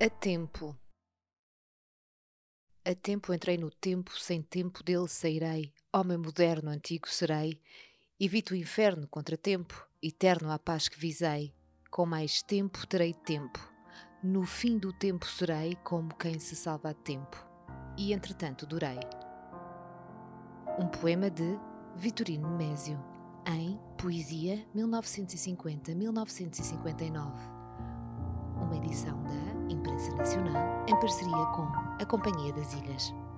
A tempo. A tempo entrei no tempo, sem tempo dele sairei. Homem moderno, antigo serei. Evito o inferno, contratempo, eterno à paz que visei. Com mais tempo terei tempo. No fim do tempo serei como quem se salva a tempo. E entretanto durei. Um poema de Vitorino Nemésio, em Poesia 1950-1959. Uma edição da Imprensa Nacional em parceria com a Companhia das Ilhas.